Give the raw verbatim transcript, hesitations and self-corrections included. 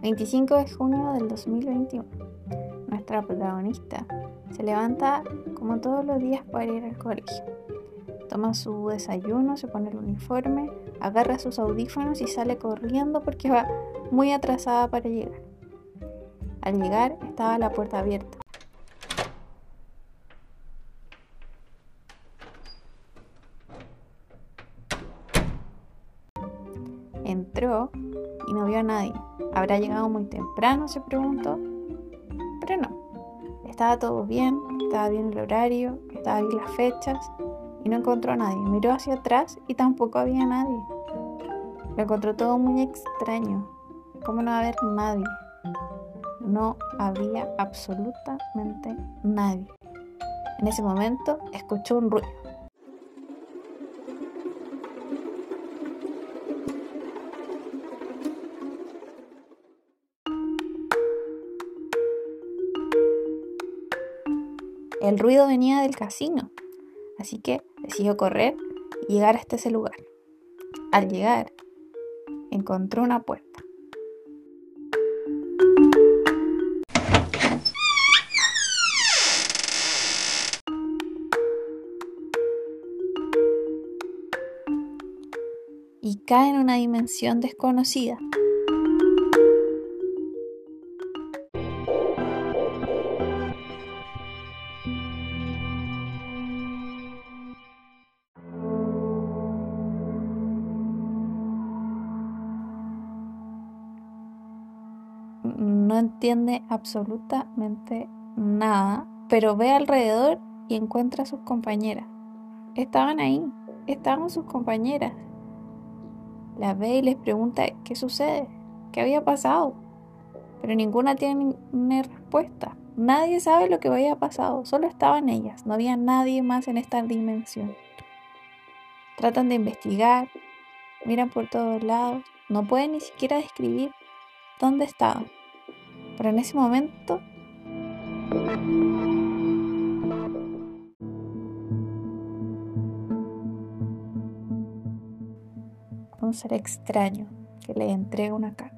veinticinco de junio del dos mil veintiuno. Nuestra protagonista se levanta como todos los días para ir al colegio. Toma su desayuno, se pone el uniforme, agarra sus audífonos y sale corriendo porque va muy atrasada para llegar. Al llegar estaba la puerta abierta. Entró y no vio a nadie. ¿Habrá llegado muy temprano?, se preguntó. Pero no. Estaba todo bien, estaba bien el horario, estaba bien las fechas y no encontró a nadie. Miró hacia atrás y tampoco había nadie. Lo encontró todo muy extraño. ¿Cómo no va a haber nadie? No había absolutamente nadie. En ese momento escuchó un ruido. El ruido venía del casino, así que decidió correr y llegar hasta ese lugar. Al llegar, encontró una puerta. Y cae en una dimensión desconocida. No entiende absolutamente nada, pero ve alrededor y encuentra a sus compañeras. Estaban ahí, estaban sus compañeras. Las ve y les pregunta qué sucede, qué había pasado, pero ninguna tiene una respuesta. Nadie sabe lo que había pasado, solo estaban ellas, no había nadie más en esta dimensión. Tratan de investigar, miran por todos lados, no pueden ni siquiera describir dónde estaban. Pero en ese momento un ser extraño que le entrega una carta.